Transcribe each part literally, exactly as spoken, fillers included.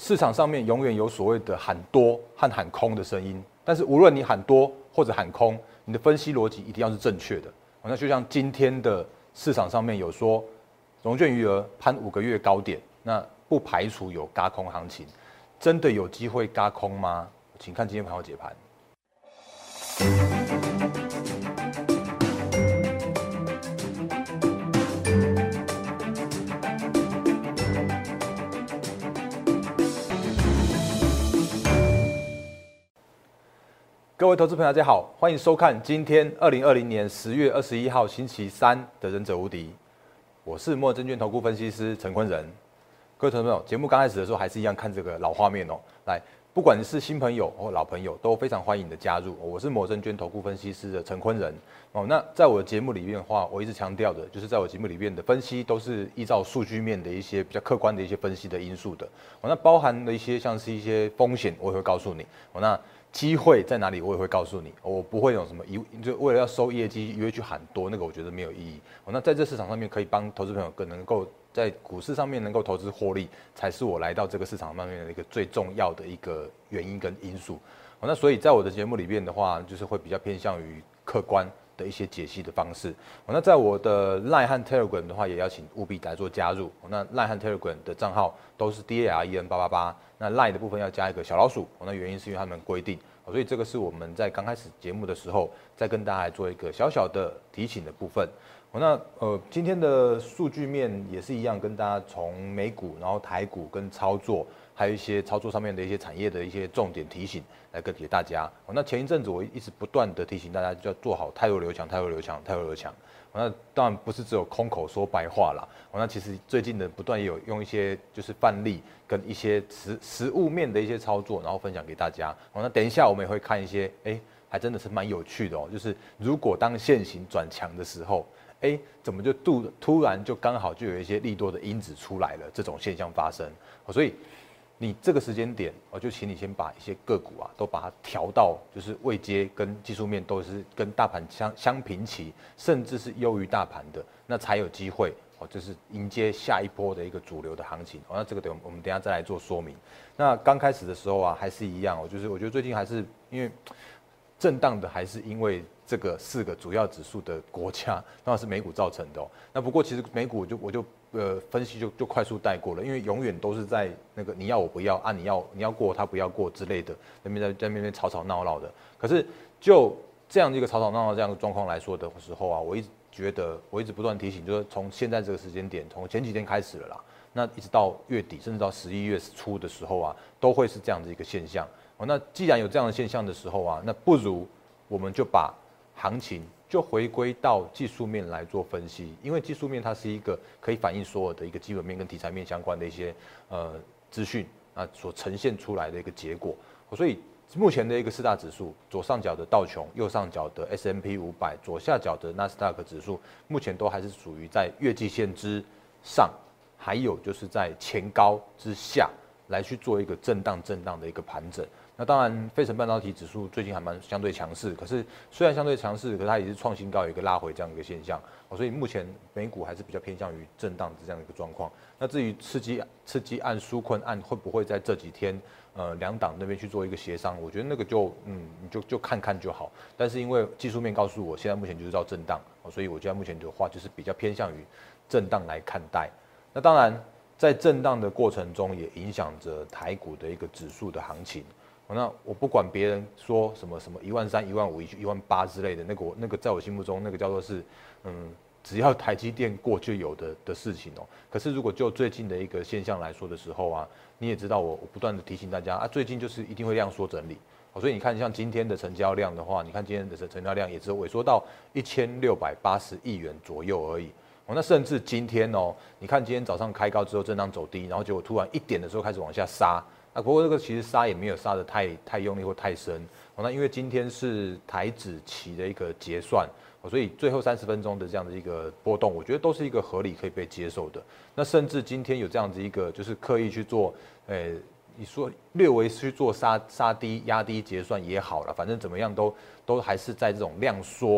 市场上面永远有所谓的喊多和喊空的声音，但是无论你喊多或者喊空，你的分析逻辑一定要是正确的。那就像今天的市场上面有说，融券余额攀五个月高点，那不排除有軋空行情，真的有机会軋空吗？请看今天盘后解盘。各位投资朋友，大家好，欢迎收看今天二零二零年十月二十一号星期三的《忍者无敌》，我是摩尔证券投顾分析师陈坤仁。各位投资朋友，节目刚开始的时候还是一样看这个老画面哦。来，不管你是新朋友或老朋友，都非常欢迎你的加入。我是摩尔证券投顾分析师的陈坤仁哦。那在我的节目里面的话，我一直强调的就是，在我节目里面的分析都是依照数据面的一些比较客观的一些分析的因素的。哦，那包含的一些像是一些风险，我也会告诉你。哦，那机会在哪里，我也会告诉你，我不会有什么一就为了要收业绩，一味去喊多，那个我觉得没有意义。那在这市场上面，可以帮投资朋友更能够在股市上面能够投资获利，才是我来到这个市场上面的一个最重要的一个原因跟因素。那所以在我的节目里面的话，就是会比较偏向于客观的一些解析的方式。那在我的 Line 和 Telegram 的话，也邀请务必来做加入。那 Line 和 Telegram 的账号都是 D A R E N 八八八。那 Line 的部分要加一个小老鼠，那原因是因为他们规定，所以这个是我们在刚开始节目的时候，再跟大家来做一个小小的提醒的部分。那呃，今天的数据面也是一样，跟大家从美股，然后台股跟操作，还有一些操作上面的一些产业的一些重点提醒，来跟给大家。那前一阵子我一直不断的提醒大家，就要做好太弱留强，太弱留强，太弱留强。那当然不是只有空口说白话啦。那其实最近的不断也有用一些就是范例跟一些实实物面的一些操作，然后分享给大家。那等一下我们也会看一些，哎，还真的是蛮有趣的哦。就是如果当现行转强的时候，哎，怎么就突突然就刚好就有一些利多的因子出来了，这种现象发生。所以你这个时间点，我就请你先把一些个股啊，都把它调到就是位阶跟技术面都是跟大盘相相平齐，甚至是优于大盘的，那才有机会哦，就是迎接下一波的一个主流的行情。哦，那这个等我们等一下再来做说明。那刚开始的时候啊，还是一样哦，就是我觉得最近还是因为震荡的，还是因为这个四个主要指数的国家，那是美股造成的哦。那不过其实美股我就我就呃分析就就快速带过了，因为永远都是在那个你要我不要啊，你要你要过他不要过之类的，那边在在那边吵吵闹闹的。可是就这样一个吵吵闹闹这样的状况来说的时候啊，我一直觉得我一直不断提醒，就是从现在这个时间点，从前几天开始了啦，那一直到月底，甚至到十一月初的时候啊，都会是这样的一个现象。哦，那既然有这样的现象的时候啊，那不如我们就把行情就回归到技术面来做分析，因为技术面它是一个可以反映所有的一个基本面跟题材面相关的一些呃资讯啊所呈现出来的一个结果。所以目前的一个四大指数，左上角的道琼，右上角的 S M P 五百，左下角的纳斯达克指数，目前都还是属于在月季线之上，还有就是在前高之下来去做一个震荡震荡的一个盘整。那当然，费城半导体指数最近还蛮相对强势，可是虽然相对强势，可是它也是创新高，有一个拉回这样一个现象，所以目前美股还是比较偏向于震荡的这样一个状况。那至于刺激刺激案、纾困案会不会在这几天呃两党那边去做一个协商，我觉得那个就嗯你就就看看就好。但是因为技术面告诉我，现在目前就是要震荡，所以我觉得目前的话就是比较偏向于震荡来看待。那当然，在震荡的过程中，也影响着台股的一个指数的行情。那我不管别人说什么什么一万三、一万五、一万八之类的，那个我那个在我心目中那个叫做是，嗯，只要台积电过就有的的事情哦。可是如果就最近的一个现象来说的时候啊，你也知道我我不断的提醒大家啊，最近就是一定会量缩整理。所以你看，像今天的成交量的话，你看今天的成交量也只有萎缩到一千六百八十亿元左右而已。那甚至今天哦，你看今天早上开高之后震荡走低，然后结果突然一点的时候开始往下杀。啊，不过这个其实杀也没有杀得太太用力或太深。哦，那因为今天是台指期的一个结算，哦，所以最后三十分钟的这样的一个波动，我觉得都是一个合理可以被接受的。那甚至今天有这样子一个就是刻意去做，呃，你说略微去做杀杀低压低结算也好了，反正怎么样都都还是在这种量缩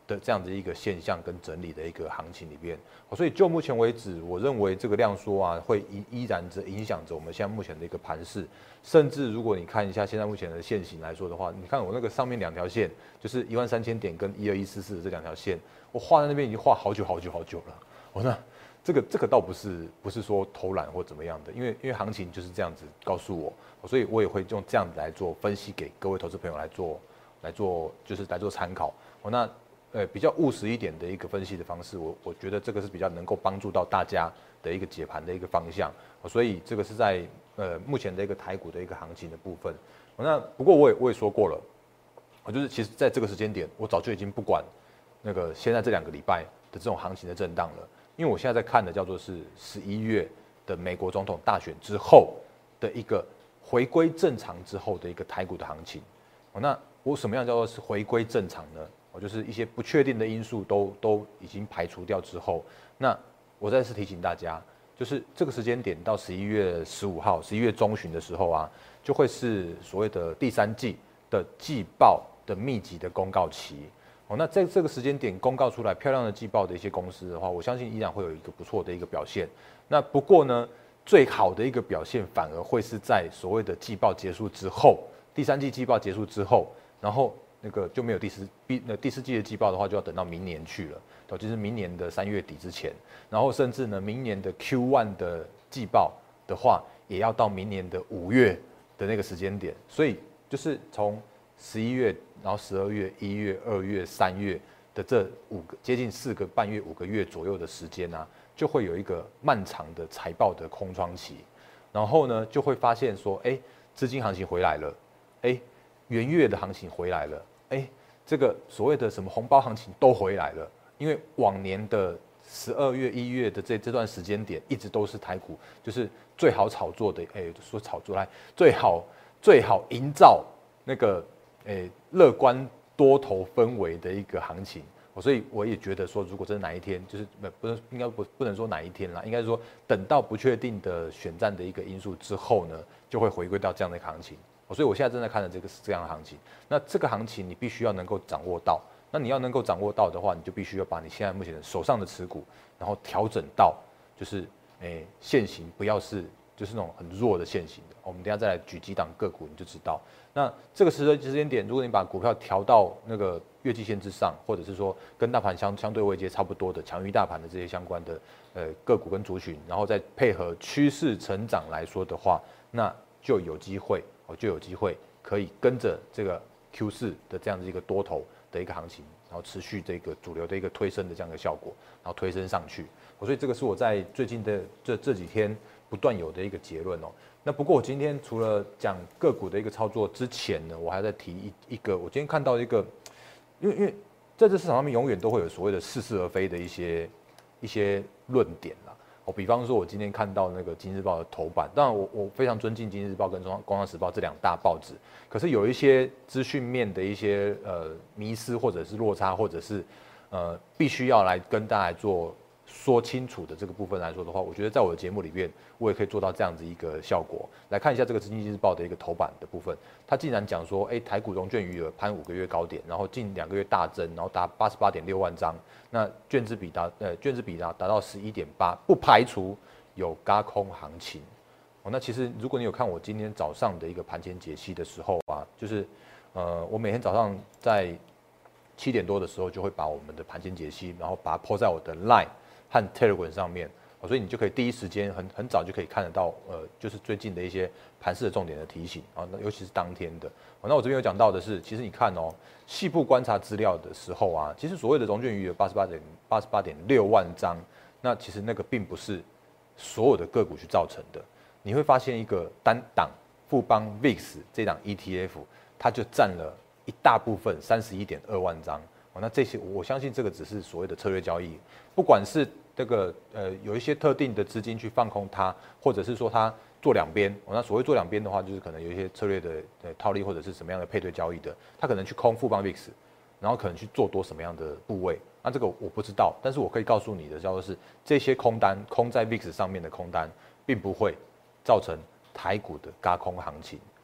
的这样的一个现象跟整理的一个行情里面，所以就目前为止，我认为这个量缩啊，会依依然着影响着我们现在目前的一个盘势，甚至如果你看一下现在目前的线型来说的话，你看我那个上面两条线，就是一万三千点跟一二一四四的这两条线，我画在那边已经画好久好久好久了。我那这个这个倒不是不是说偷懒或怎么样的，因为因为行情就是这样子告诉我，所以我也会用这样子来做分析给各位投资朋友来做来做就是来做参考。我那。呃，比较务实一点的一个分析的方式，我我觉得这个是比较能够帮助到大家的一个解盘的一个方向，所以这个是在呃目前的一个台股的一个行情的部分。那不过我也我也说过了，我就是其实在这个时间点，我早就已经不管那个现在这两个礼拜的这种行情的震荡了，因为我现在在看的叫做是十一月的美国总统大选之后的一个回归正常之后的一个台股的行情。那我什么样叫做是回归正常呢？就是一些不确定的因素都都已经排除掉之后，那我再次提醒大家，就是这个时间点到十一月十五号、十一月中旬的时候啊，就会是所谓的第三季的季报的密集的公告期。哦，那在这个时间点公告出来漂亮的季报的一些公司的话，我相信依然会有一个不错的一个表现。那不过呢，最好的一个表现反而会是在所谓的季报结束之后，第三季季报结束之后，然后。那个就没有第四第那第四季的季报的话，就要等到明年去了，就是明年的三月底之前，然后甚至呢，明年的 Q 一 的季报的话，也要到明年的五月的那个时间点，所以就是从十一月，然后十二月、一月、二月、三月的这五个接近四个半月、五个月左右的时间啊，就会有一个漫长的财报的空窗期，然后呢，就会发现说，哎，资金行情回来了，哎，元月的行情回来了。哎，这个所谓的什么红包行情都回来了，因为往年的十二月、一月的这这段时间点，一直都是台股就是最好炒作的，哎，说炒作来最好最好营造那个哎乐观多头氛围的一个行情，所以我也觉得说，如果真的哪一天就是不能应该不不能说哪一天啦，应该是说等到不确定的选战的一个因素之后呢，就会回归到这样的一个行情。所以我现在正在看的这个是这样的行情，那这个行情你必须要能够掌握到，那你要能够掌握到的话，你就必须要把你现在目前的手上的持股，然后调整到就是诶现行，不要是就是那种很弱的现行的。我们等一下再来举几档个股，你就知道。那这个时时间点，如果你把股票调到那个月季线之上，或者是说跟大盘相相对位阶差不多的强于大盘的这些相关的呃个股跟族群，然后再配合趋势成长来说的话，那就有机会。哦，就有机会可以跟着这个 Q 四 的这样的一个多头的一个行情，然后持续这个主流的一个推升的这样的效果，然后推升上去。所以这个是我在最近的这这几天不断有的一个结论哦。那不过我今天除了讲个股的一个操作之前呢，我还在提一一个，我今天看到一个，因为因为在这市场上面永远都会有所谓的似是而非的一些一些论点啦。哦，比方说，我今天看到那个《今日报》的头版，当然我我非常尊敬《今日报》跟《中工商时报》这两大报纸，可是有一些资讯面的一些呃迷思或者是落差，或者是呃必须要来跟大家来做说清楚的这个部分来说的话，我觉得在我的节目里面，我也可以做到这样子一个效果。来看一下这个《经济日报》的一个头版的部分，它竟然讲说，哎，台股融券余额攀五个月高点，然后近两个月大增，然后达八十八点六万张，那券资比达呃券资比达达到十一点八，不排除有轧空行情。哦，那其实如果你有看我今天早上的一个盘前解析的时候啊，就是呃我每天早上在七点多的时候就会把我们的盘前解析，然后把它 po 在我的 Line 和 Telegram 上面，所以你就可以第一时间很很早就可以看得到，呃，就是最近的一些盘势的重点的提醒啊，那尤其是当天的。那我这边有讲到的是，其实你看哦，细部观察资料的时候啊，其实所谓的融券余额八十八点八十八点六万张，那其实那个并不是所有的个股去造成的。你会发现一个单档富邦 V I X 这档 E T F， 它就占了一大部分三十一点二万张。那这些我相信这个只是所谓的策略交易，不管是这个呃有一些特定的资金去放空它，或者是说它做两边，那所谓做两边的话，就是可能有一些策略的呃套利或者是什么样的配对交易的，他可能去空富邦 V I X， 然后可能去做多什么样的部位，那这个我不知道，但是我可以告诉你的叫做是这些空单空在 V I X 上面的空单，并不会造成台股的轧空行情。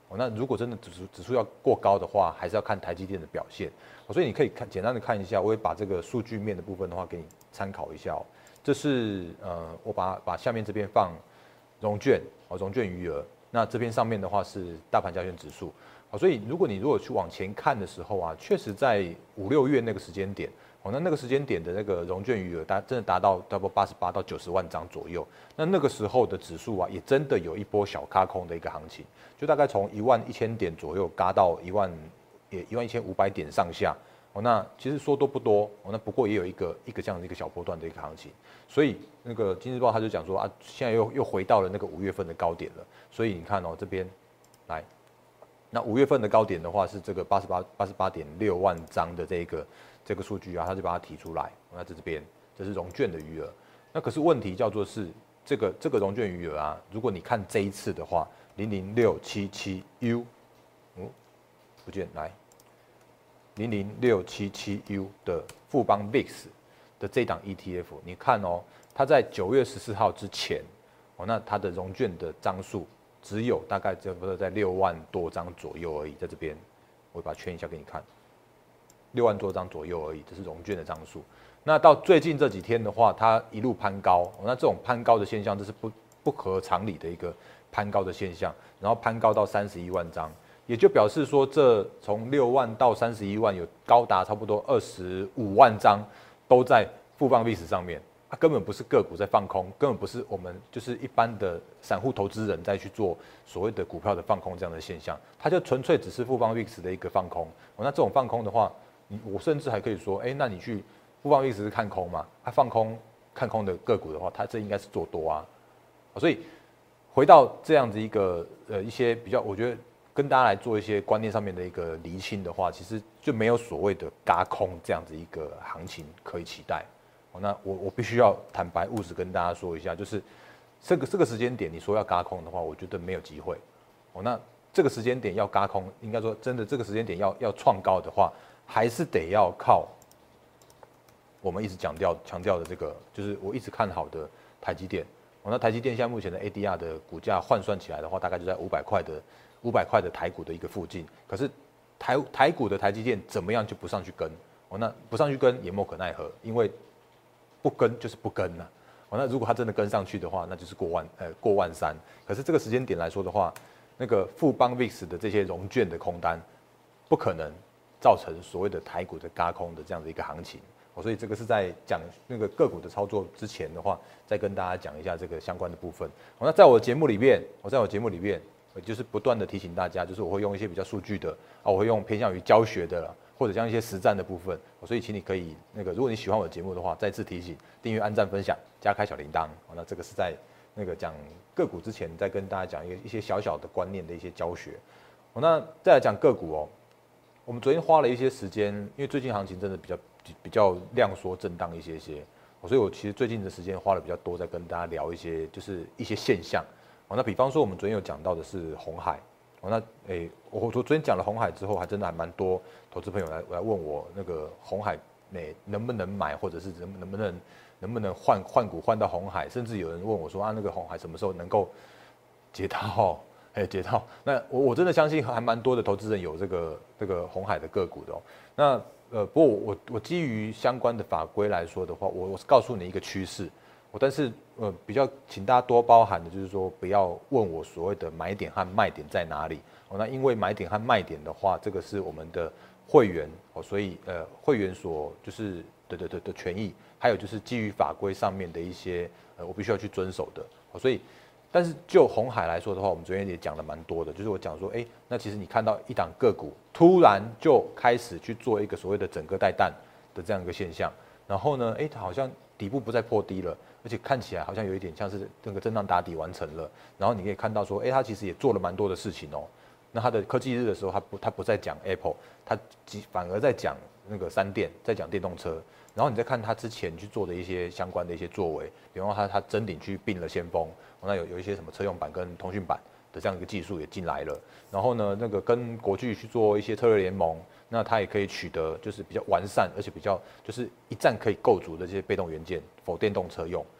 哦，那如果真的指数指数要过高的话，还是要看台积电的表现。哦，所以你可以看简单的看一下，我会把这个数据面的部分的话给你参考一下哦。这是呃，我把把下面这边放融券哦，融券余额。那这边上面的话是大盘加权指数。好，所以如果你如果去往前看的时候啊，确实在五六月那个时间点。哦，那那个时间点的那个融券余额达真的达到差不多八十八到九十万张左右。那那个时候的指数啊，也真的有一波小轧空的一个行情，就大概从一万一千点左右轧到一万也一万一千五百点上下。哦，那其实说多不多，哦，那不过也有一个一个这样的一个小波段的一个行情。所以那个经济日报他就讲说啊，现在又又回到了那个五月份的高点了。所以你看哦，这边来，那五月份的高点的话是这个八十八八十八点六万张的这个。这个数据啊，他就把它提出来。那在这边，这是融券的余额。那可是问题叫做是这个这个融券余额啊，如果你看这一次的话，零零六七七 U， 嗯，不见来，零零六七七 U 的富邦 V I X 的这档 E T F， 你看哦，它在九月十四号之前，哦，那它的融券的张数只有大概差不多在六万多张左右而已，在这边，我把它圈一下给你看。六万多张左右而已，这是融券的张数。那到最近这几天的话，它一路攀高，那这种攀高的现象，这是不不合常理的一个攀高的现象。然后攀高到三十一万张，也就表示说，这从六万到三十一万，有高达差不多二十五万张都在富邦 V I X 上面。它、啊、根本不是个股在放空，根本不是我们就是一般的散户投资人在去做所谓的股票的放空这样的现象，它就纯粹只是富邦 V I X 的一个放空。哦，那这种放空的话，我甚至还可以说，哎、欸，那你去富邦 V I X 是看空嘛？它、啊、放空看空的个股的话，它这应该是做多啊。所以回到这样子一个呃一些比较，我觉得跟大家来做一些观念上面的一个厘清的话，其实就没有所谓的轧空这样子一个行情可以期待。哦，那我我必须要坦白务实跟大家说一下，就是这个这个时间点，你说要轧空的话，我觉得没有机会。哦，那这个时间点要轧空，应该说真的，这个时间点要要创高的话，还是得要靠我们一直强调强调的这个，就是我一直看好的台积电。哦，那台积电现在目前的 A D R 的股价换算起来的话，大概就在五百块的五百块的台股的一个附近。可是台台股的台积电怎么样就不上去跟？哦，那不上去跟也莫可奈何，因为不跟就是不跟呐、啊。哦，那如果它真的跟上去的话，那就是过万呃过万三。可是这个时间点来说的话，那个富邦 V I X 的这些融券的空单，不可能造成所谓的台股的轧空的这样的一个行情。哦，所以这个是在讲那个个股的操作之前的话，再跟大家讲一下这个相关的部分。哦，那在我的节目里面，我在我节目里面，我就是不断的提醒大家，就是我会用一些比较数据的啊，我会用偏向于教学的啦。或者像一些实战的部分，所以请你可以那个，如果你喜欢我的节目的话，再次提醒订阅、按赞、分享、加开小铃铛。那这个是在那个讲个股之前，再跟大家讲一个一些小小的观念的一些教学。那再来讲个股哦，我们昨天花了一些时间，因为最近行情真的比较比较量缩震荡一些些，所以我其实最近的时间花了比较多，在跟大家聊一些就是一些现象。那比方说我们昨天有讲到的是鸿海。哦，那诶、欸，我我昨天讲了鸿海之后，还真的还蛮多投资朋友来来问我那个鸿海，诶能不能买，或者是能能不能能不能换换股换到鸿海，甚至有人问我说啊，那个鸿海什么时候能够解套？哎，解套。那我我真的相信还蛮多的投资人有这个这个鸿海的个股的哦。那呃，不过我我我基于相关的法规来说的话，我我是告诉你一个趋势。我但是呃比较请大家多包涵的就是说，不要问我所谓的买点和卖点在哪里哦。那因为买点和卖点的话，这个是我们的会员哦，所以呃会员所就是的的的的权益，还有就是基于法规上面的一些呃我必须要去遵守的哦。所以，但是就鸿海来说的话，我们昨天也讲了蛮多的，就是我讲说，哎，那其实你看到一档个股突然就开始去做一个所谓的整个带弹的这样一个现象，然后呢，哎，它好像底部不再破低了。而且看起来好像有一点像是那个震荡打底完成了，然后你可以看到说，哎，它其实也做了蛮多的事情哦。那它的科技日的时候，它不，它不再讲 Apple， 它反而在讲那个三电，在讲电动车。然后你再看它之前去做的一些相关的一些作为，比方说它它真顶去并了先锋，那有有一些什么车用板跟通讯板的这样一个技术也进来了。然后呢，那个跟国巨去做一些策略联盟。那它也可以取得就是比较完善，而且比较就是一站可以构筑的这些被动元件，否电动车用。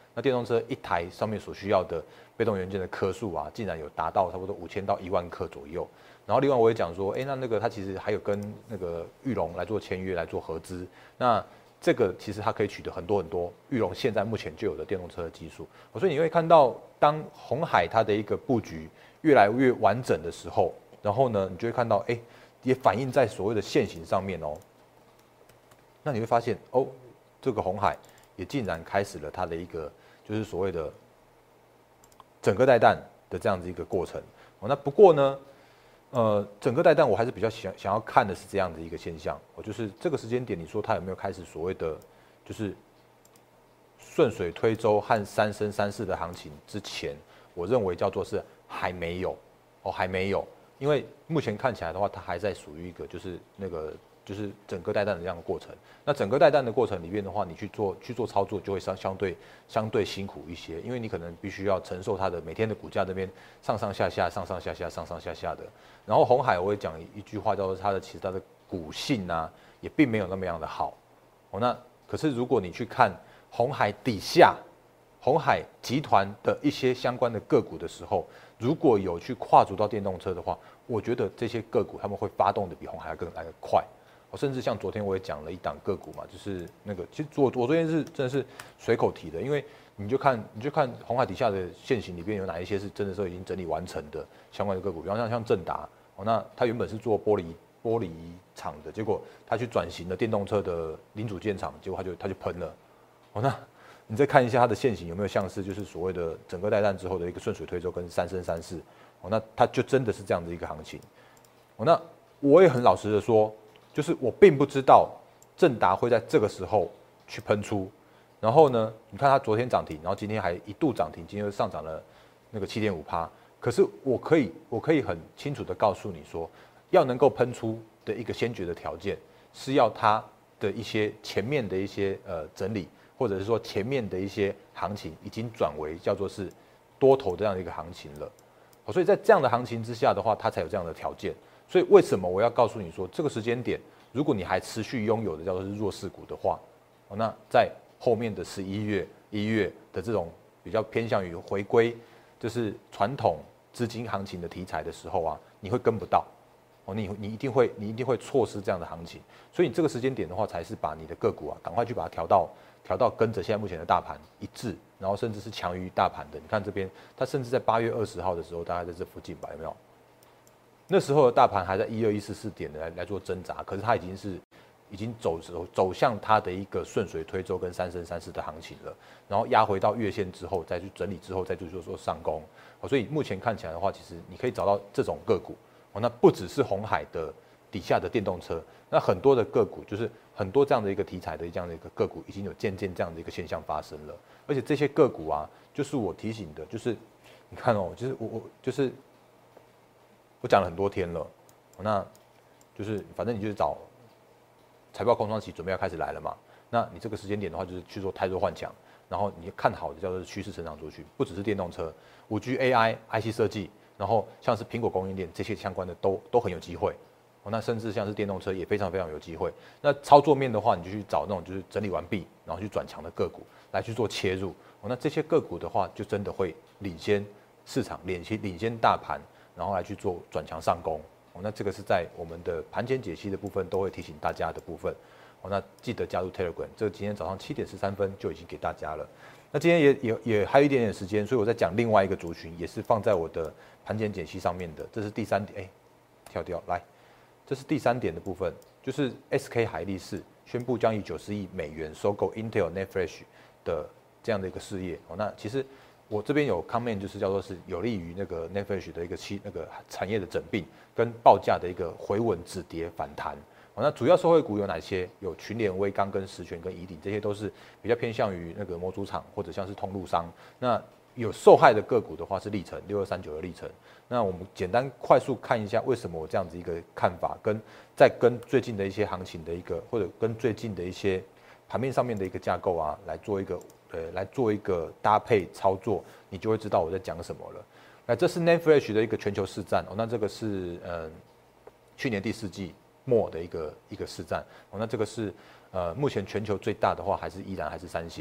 那电动车一台上面所需要的被动元件的克数啊，竟然有达到差不多五千到一万克左右。然后另外我也讲说，哎，那那个它其实还有跟那个裕隆来做签约来做合资，那这个其实它可以取得很多很多裕隆现在目前就有的电动车的技术。所以你会看到，当鸿海它的一个布局越来越完整的时候，然后呢，你就会看到，哎，也反映在所谓的线型上面哦。那你会发现，哦，这个鸿海也竟然开始了它的一个就是所谓的整个带弹的这样子一个过程。哦，那不过呢，呃，整个带弹我还是比较想想要看的是这样的一个现象，哦，就是这个时间点，你说它有没有开始所谓的就是顺水推舟和三生三世的行情之前，我认为叫做是还没有，哦，还没有，因为目前看起来的话，它还在属于一个就是那个。就是整个带弹的这样的过程，那整个带弹的过程里面的话，你去做去做操作就会相相对相对辛苦一些，因为你可能必须要承受它的每天的股价这边上上下下、上上下下、上上下下的。然后鸿海我会讲一句话叫做它的其实它的股性啊也并没有那么样的好。哦，那可是如果你去看鸿海底下鸿海集团的一些相关的个股的时候，如果有去跨足到电动车的话，我觉得这些个股他们会发动的比鸿海更来得快。甚至像昨天我也讲了一档个股嘛，就是那个，其实我我昨天是真的是随口提的，因为你就看你就看鸿海底下的线型里边有哪一些是真的是已经整理完成的相关的个股，比方像像正达，哦，那它原本是做玻璃玻璃厂的，结果它去转型了电动车的零组件厂，结果它就它就喷了，哦，那你再看一下它的线型有没有像是就是所谓的整个带弹之后的一个顺水推舟跟三生三世，哦，那它就真的是这样的一个行情，哦，那我也很老实的说。就是我并不知道正达会在这个时候去喷出，然后呢，你看它昨天涨停，然后今天还一度涨停，今天又上涨了那个七点五趴。可是我可以，我可以很清楚的告诉你说，要能够喷出的一个先决的条件，是要它的一些前面的一些呃整理，或者是说前面的一些行情已经转为叫做是多头这样的一个行情了。所以在这样的行情之下的话，它才有这样的条件。所以为什么我要告诉你说，这个时间点，如果你还持续拥有的叫做是弱势股的话，哦，那在后面的十一月、一月的这种比较偏向于回归，就是传统资金行情的题材的时候啊，你会跟不到，哦，你你一定会你一定会错失这样的行情。所以你这个时间点的话，才是把你的个股啊，赶快去把它调到调到跟着现在目前的大盘一致，然后甚至是强于大盘的。你看这边，它甚至在八月二十号的时候，大概在这附近吧，有没有？那时候的大盘还在一二一四四点来来做挣扎，可是它已经是已经走走走向它的一个顺水推舟跟三生三世的行情了，然后压回到月线之后再去整理之后再去做做上攻，所以目前看起来的话，其实你可以找到这种个股，那不只是鸿海的底下的电动车，那很多的个股就是很多这样的一个题材的这样的一个个股已经有渐渐这样的一个现象发生了，而且这些个股啊，就是我提醒的，就是你看哦，就是我我就是。我讲了很多天了，那就是反正你就是找财报空窗期准备要开始来了嘛。那你这个时间点的话，就是去做太弱换强，然后你看好的叫做趋势成长族群，不只是电动车、五 G、A I、I C 设计，然后像是苹果供应链这些相关的都都很有机会。那甚至像是电动车也非常非常有机会。那操作面的话，你就去找那种就是整理完毕，然后去转强的个股来去做切入。那这些个股的话，就真的会领先市场，领先领先大盘。然后来去做转强上攻，哦，那这个是在我们的盘前解析的部分都会提醒大家的部分，哦，那记得加入 Telegram， 这个今天早上七点十三分就已经给大家了。那今天也也也还有一点点时间，所以我在讲另外一个族群，也是放在我的盘前解析上面的，这是第三点，哎，跳掉来，这是第三点的部分，就是 S K 海力士宣布将以九十亿美元收购 Intel NAND Flash 的这样的一个事业，哦，那其实。我这边有 comment， 就是叫做是有利于那个 NAND Flash 的一个期那个产业的整并跟报价的一个回稳止跌反弹。哦，那主要受惠股有哪些？有群联、威刚、跟实权、跟宜鼎，这些都是比较偏向于那个模组厂或者像是通路商。那有受害的个股的话是历程六二三九的历程。那我们简单快速看一下为什么我这样子一个看法，跟再跟最近的一些行情的一个，或者跟最近的一些盘面上面的一个架构啊，来做一个。对，来做一个搭配操作，你就会知道我在讲什么了。那这是 NAND Flash 的一个全球市占哦，那这个是嗯去年第四季末的一个一个市占哦，那这个是呃目前全球最大的话还是依然还是三星哦，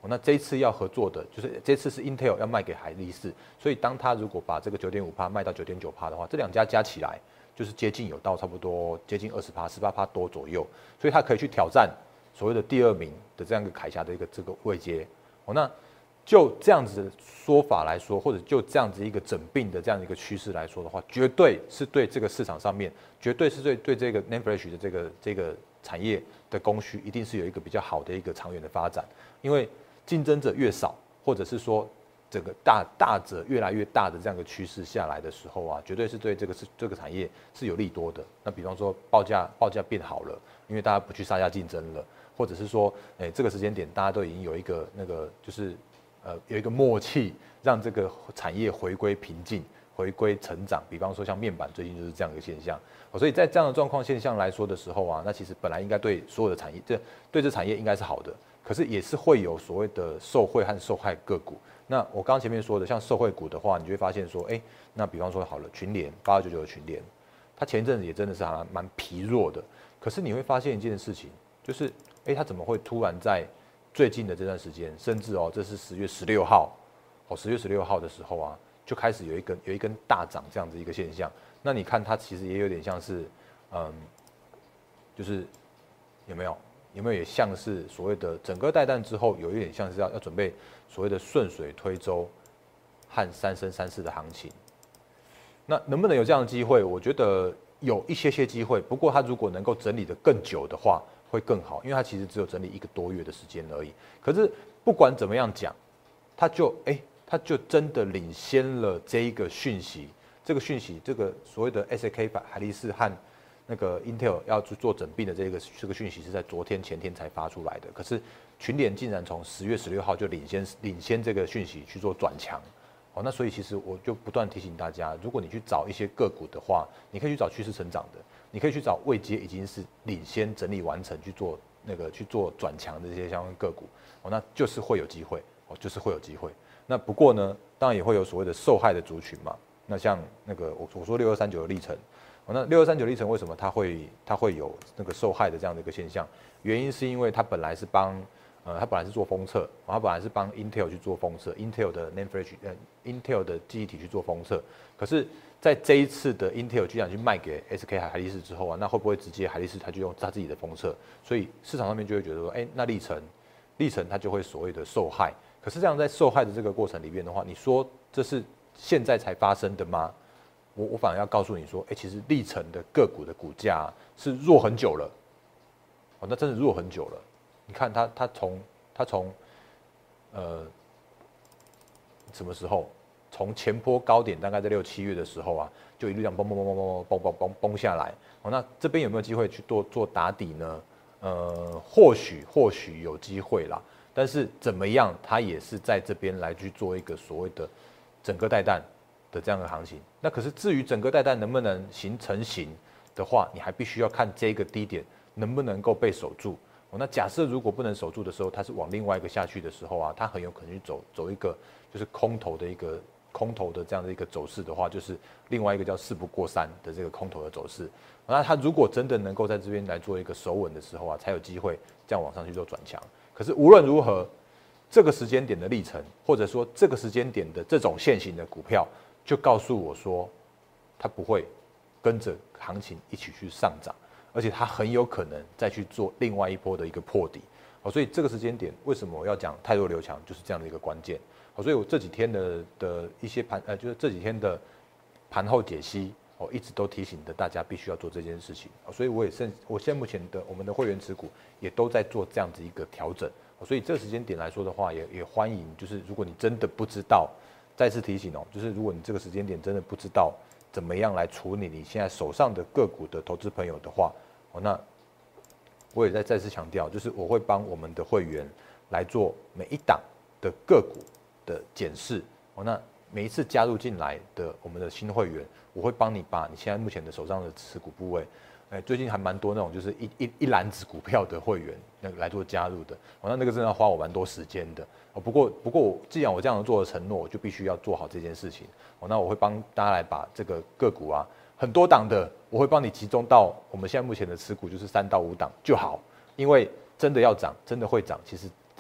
那这一次要合作的，就是这次是 Intel 要卖给海力士，所以当他如果把这个 九点五趴 卖到 九点九趴 的话，这两家加起来就是接近有到差不多接近 百分之二十、十八趴多左右，所以他可以去挑战所谓的第二名的这样一个铠甲的一个这个位阶。哦，那就这样子的说法来说，或者就这样子一个整并的这样一个趋势来说的话，绝对是对这个市场上面，绝对是对对这个 N A N D Flash 的这个这个产业的供需，一定是有一个比较好的一个长远的发展，因为竞争者越少，或者是说整个大大者越来越大的这样一个趋势下来的时候啊，绝对是对这个是这个产业是有利多的。那比方说报价报价变好了，因为大家不去杀价竞争了，或者是说，哎、欸，这个时间点大家都已经有一个那个就是呃有一个默契，让这个产业回归平静。回归成长，比方说像面板最近就是这样一个现象，所以在这样的状况现象来说的时候啊，那其实本来应该对所有的产业，这对这产业应该是好的，可是也是会有所谓的受惠和受害个股。那我刚刚前面说的，像受惠股的话，你就会发现说，哎、欸，那比方说好了，群联八二九九的群联，它前一阵子也真的是还蛮蛮疲弱的，可是你会发现一件事情，就是，哎、欸，它怎么会突然在最近的这段时间，甚至哦，这是十月十六号，哦，十月十六号的时候啊。就开始有一根有一根大涨这样子一个现象，那你看它其实也有点像是，嗯，就是有没有有没有也像是所谓的整个带弹之后，有一点像是要要准备所谓的顺水推舟和三升三世的行情。那能不能有这样的机会？我觉得有一些些机会，不过它如果能够整理得更久的话，会更好，因为它其实只有整理一个多月的时间而已。可是不管怎么样讲，它就哎。欸它就真的领先了这一个讯息，这个讯息，这个所谓的 S A K 海力士和那个 Intel 要去做整并的这个这个讯息是在昨天前天才发出来的，可是群联竟然从十月十六号就领先领先这个讯息去做转强，哦，那所以其实我就不断提醒大家，如果你去找一些个股的话，你可以去找趋势成长的，你可以去找位阶已经是领先整理完成去做那个去做转强的这些相关个股，哦，那就是会有机会，哦，就是会有机会。那不过呢，当然也会有所谓的受害的族群嘛。那像那个我我说六二三九的历程，那六二三九历程为什么它会它会有那个受害的这样的一个现象？原因是因为它本来是帮呃它本来是做封测，它本来是帮 Intel 去做封测 ，Intel 的 N A N D Flash 呃 Intel 的记忆体去做封测。可是在这一次的 Intel 居然去卖给 S K 海力士之后啊，那会不会直接海力士它就用它自己的封测？所以市场上面就会觉得说，哎、欸，那历程历程它就会所谓的受害。可是这样在受害的这个过程里面的话，你说这是现在才发生的吗？我我反而要告诉你说，哎、欸，其实历程的个股的股价是弱很久了，哦，那真的弱很久了。你看它它从它从呃什么时候？从前波高点大概在六七月的时候啊，就一路这样崩崩崩崩崩崩崩崩崩下来。哦，那这边有没有机会去做做打底呢？呃，或许或许有机会啦。但是怎么样，它也是在这边来去做一个所谓的整个带弹的这样的行情。那可是至于整个带弹能不能形成型的话，你还必须要看这个低点能不能够被守住。哦，那假设如果不能守住的时候，它是往另外一个下去的时候啊，它很有可能去走走一个就是空头的一个空头的这样的一个走势的话，就是另外一个叫事不过三的这个空头的走势。那它如果真的能够在这边来做一个守稳的时候啊，才有机会这样往上去做转强。可是无论如何，这个时间点的历程，或者说这个时间点的这种现行的股票，就告诉我说，它不会跟着行情一起去上涨，而且它很有可能再去做另外一波的一个破底。好，所以这个时间点为什么我要讲太弱留强，就是这样的一个关键。好，所以我这几天的的一些盘，呃，就是这几天的盘后解析。我一直都提醒的大家必须要做这件事情，所以我也现我现在目前的我们的会员持股也都在做这样子一个调整，所以这个时间点来说的话，也也欢迎，就是如果你真的不知道，再次提醒哦，就是如果你这个时间点真的不知道怎么样来处理你现在手上的个股的投资朋友的话，哦，那我也在再次强调，就是我会帮我们的会员来做每一档的个股的检视，哦，那每一次加入进来的我们的新会员，我会帮你把你现在目前的手上的持股部位，哎，最近还蛮多那种就是一一一篮子股票的会员那个来做加入的，哦，那那个真的要花我蛮多时间的，哦，不过不过我既然我这样做的承诺，我就必须要做好这件事情，哦，那我会帮大家来把这个个股啊，很多档的，我会帮你集中到我们现在目前的持股就是三到五档就好，因为真的要涨，真的会涨，其实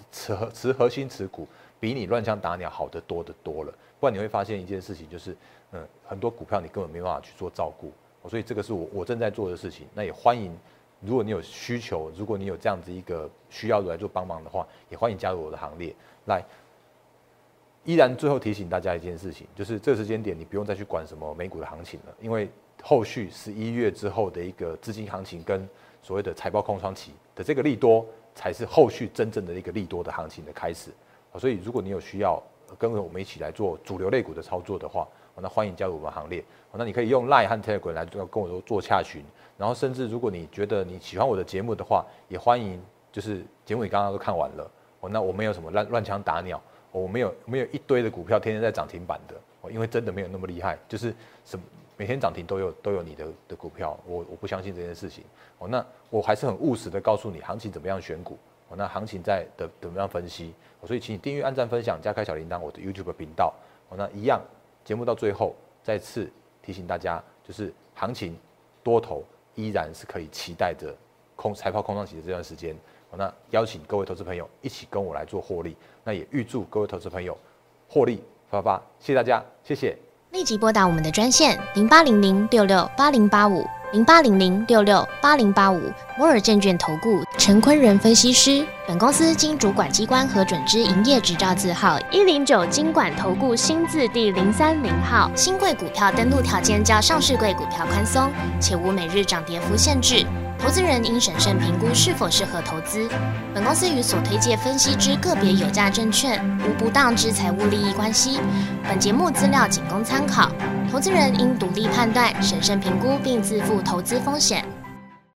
持核持核心持股，比你乱枪打鸟好得多得多了。不然你会发现一件事情，就是嗯，很多股票你根本没办法去做照顾，所以这个是我我正在做的事情。那也欢迎，如果你有需求，如果你有这样子一个需要来做帮忙的话，也欢迎加入我的行列。来，依然最后提醒大家一件事情，就是这个时间点你不用再去管什么美股的行情了，因为后续十一月之后的一个资金行情跟所谓的财报空窗期的这个利多，才是后续真正的一个利多的行情的开始。所以如果你有需要跟我们一起来做主流类股的操作的话，那欢迎加入我们行列。那你可以用 LINE 和 Telegram 来跟我做洽询，然后甚至如果你觉得你喜欢我的节目的话，也欢迎就是节目你刚刚都看完了，那我没有什么乱乱枪打鸟，我没有没有一堆的股票天天在涨停板的，因为真的没有那么厉害，就是什么每天涨停都有都有你的的股票，我我不相信这件事情。那我还是很务实的告诉你行情怎么样选股，那行情在的怎么样分析，所以请你订阅、按赞、分享、加开小铃铛我的 YouTube 频道。那一样节目到最后再次提醒大家，就是行情多头依然是可以期待着空财报空窗期的这段时间。那邀请各位投资朋友一起跟我来做获利，那也预祝各位投资朋友获利发发，谢谢大家，谢谢。 立即拨打我们的专线零八零零六六八零八五零八零零六六八零八五摩尔证券投顾陈坤仁分析师。本公司经主管机关核准之营业执照字号一零九金管投顾新字第零三零号。新贵股票登录条件较上市贵股票宽松，且无每日涨跌幅限制。投资人应审慎评估是否适合投资。本公司与所推介分析之个别有价证券无不当之财务利益关系。本节目资料仅供参考，投资人应独立判断、审慎评估并自负投资风险。